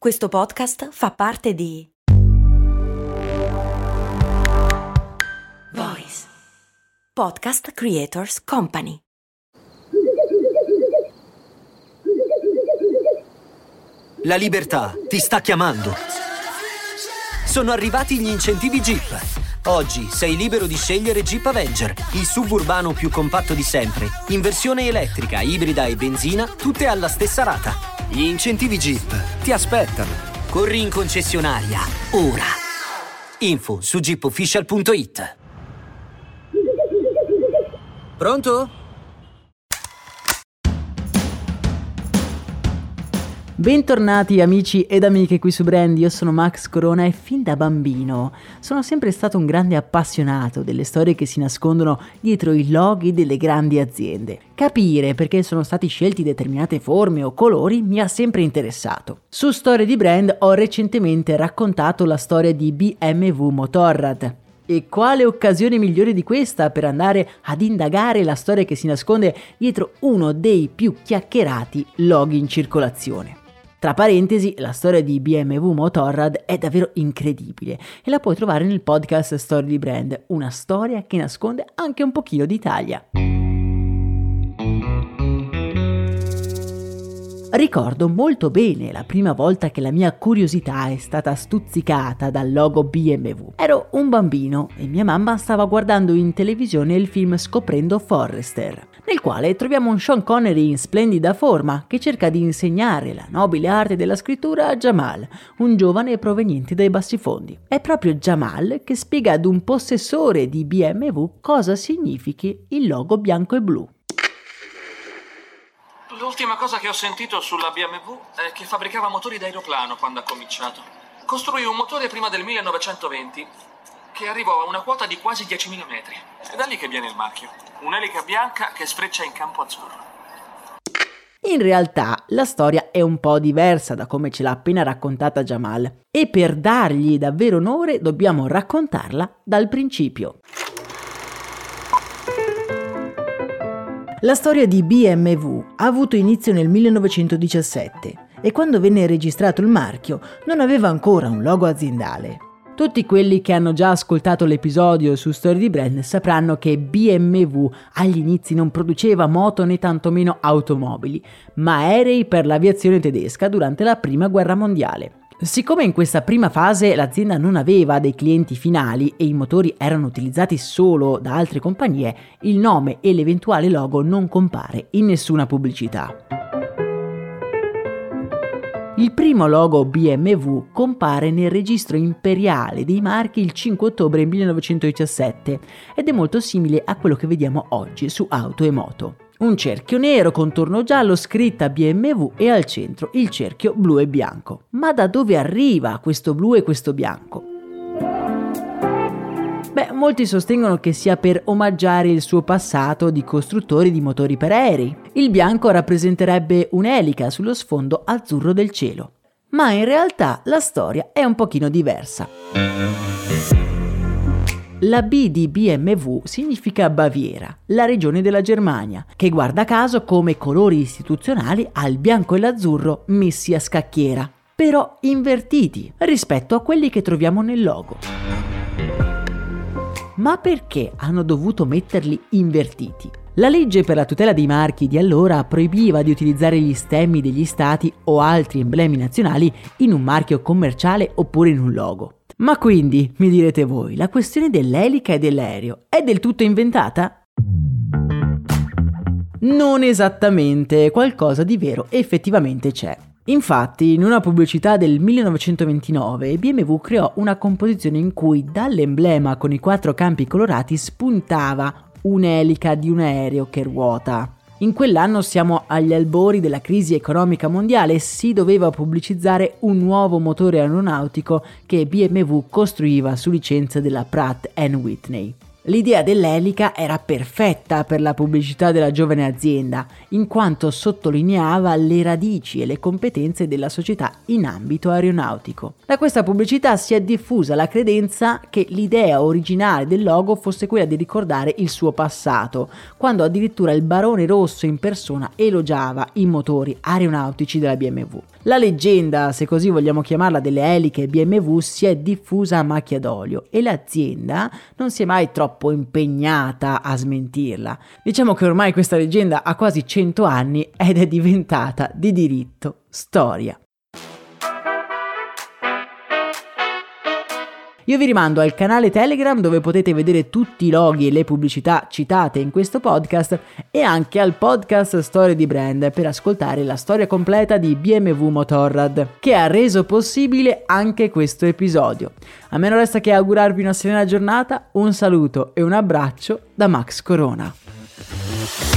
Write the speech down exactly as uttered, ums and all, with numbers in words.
Questo podcast fa parte di Voice Podcast Creators Company. La libertà ti sta chiamando. Sono arrivati gli incentivi Jeep. Oggi sei libero di scegliere Jeep Avenger, il suburbano più compatto di sempre, in versione elettrica, ibrida e benzina, tutte alla stessa rata. Gli incentivi Jeep ti aspettano. Corri in concessionaria, ora. Info su jeep official punto it. Pronto? Bentornati amici ed amiche qui su Brand, io sono Max Corona e fin da bambino sono sempre stato un grande appassionato delle storie che si nascondono dietro i loghi delle grandi aziende. Capire perché sono stati scelti determinate forme o colori mi ha sempre interessato. Su Storie di Brand ho recentemente raccontato la storia di B M W Motorrad. E quale occasione migliore di questa per andare ad indagare la storia che si nasconde dietro uno dei più chiacchierati loghi in circolazione. Tra parentesi, la storia di B M W Motorrad è davvero incredibile e la puoi trovare nel podcast Storie di Brand, una storia che nasconde anche un pochino d'Italia. Ricordo molto bene la prima volta che la mia curiosità è stata stuzzicata dal logo B M W. Ero un bambino e mia mamma stava guardando in televisione il film Scoprendo Forrester, nel quale troviamo un Sean Connery in splendida forma che cerca di insegnare la nobile arte della scrittura a Jamal, un giovane proveniente dai bassifondi. È proprio Jamal che spiega ad un possessore di B M W cosa significhi il logo bianco e blu. L'ultima cosa che ho sentito sulla B M W è che fabbricava motori d'aeroplano quando ha cominciato. Costruì un motore prima del millenovecentoventi che arrivò a una quota di quasi diecimila metri. È da lì che viene il marchio. Un'elica bianca che sfreccia in campo azzurro. In realtà la storia è un po' diversa da come ce l'ha appena raccontata Jamal e per dargli davvero onore dobbiamo raccontarla dal principio. La storia di B M W ha avuto inizio nel millenovecentodiciassette e quando venne registrato il marchio non aveva ancora un logo aziendale. Tutti quelli che hanno già ascoltato l'episodio su Storie di Brand sapranno che B M W agli inizi non produceva moto né tantomeno automobili, ma aerei per l'aviazione tedesca durante la Prima Guerra Mondiale. Siccome in questa prima fase l'azienda non aveva dei clienti finali e i motori erano utilizzati solo da altre compagnie, il nome e l'eventuale logo non compare in nessuna pubblicità. Il primo logo B M W compare nel registro imperiale dei marchi il cinque ottobre millenovecentodiciassette ed è molto simile a quello che vediamo oggi su auto e moto. Un cerchio nero, contorno giallo, scritta B M W e al centro il cerchio blu e bianco. Ma da dove arriva questo blu e questo bianco? Beh, molti sostengono che sia per omaggiare il suo passato di costruttore di motori per aerei. Il bianco rappresenterebbe un'elica sullo sfondo azzurro del cielo. Ma in realtà la storia è un pochino diversa. La B di B M W significa Baviera, la regione della Germania, che guarda caso come colori istituzionali ha il bianco e l'azzurro messi a scacchiera, però invertiti rispetto a quelli che troviamo nel logo. Ma perché hanno dovuto metterli invertiti? La legge per la tutela dei marchi di allora proibiva di utilizzare gli stemmi degli stati o altri emblemi nazionali in un marchio commerciale oppure in un logo. Ma quindi, mi direte voi, la questione dell'elica e dell'aereo è del tutto inventata? Non esattamente, qualcosa di vero effettivamente c'è. Infatti, in una pubblicità del millenovecentoventinove, B M W creò una composizione in cui dall'emblema con i quattro campi colorati spuntava un'elica di un aereo che ruota. In quell'anno siamo agli albori della crisi economica mondiale e si doveva pubblicizzare un nuovo motore aeronautico che B M W costruiva su licenza della Pratt and Whitney. L'idea dell'elica era perfetta per la pubblicità della giovane azienda, in quanto sottolineava le radici e le competenze della società in ambito aeronautico. Da questa pubblicità si è diffusa la credenza che l'idea originale del logo fosse quella di ricordare il suo passato, quando addirittura il barone rosso in persona elogiava i motori aeronautici della B M W. La leggenda, se così vogliamo chiamarla, delle eliche B M W si è diffusa a macchia d'olio e l'azienda non si è mai troppo impegnata a smentirla. Diciamo che ormai questa leggenda ha quasi cento anni ed è diventata di diritto storia. Io vi rimando al canale Telegram dove potete vedere tutti i loghi e le pubblicità citate in questo podcast e anche al podcast Storie di Brand per ascoltare la storia completa di B M W Motorrad, che ha reso possibile anche questo episodio. A me non resta che augurarvi una serena giornata, un saluto e un abbraccio da Max Corona.